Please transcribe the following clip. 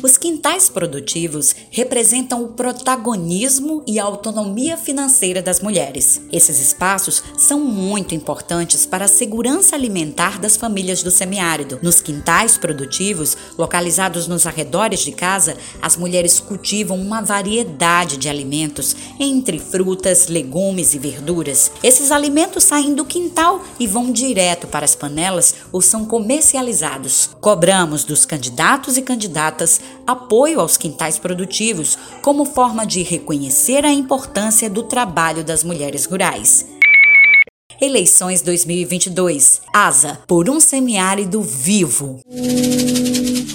Os quintais produtivos representam o protagonismo e a autonomia financeira das mulheres. Esses espaços são muito importantes para a segurança alimentar das famílias do semiárido. Nos quintais produtivos, localizados nos arredores de casa, as mulheres cultivam uma variedade de alimentos, entre frutas, legumes e verduras. Esses alimentos saem do quintal e vão direto para as panelas ou são comercializados. Cobramos dos candidatos e candidatas apoio aos quintais produtivos como forma de reconhecer a importância do trabalho das mulheres rurais. Eleições 2022. ASA, por um semiárido vivo.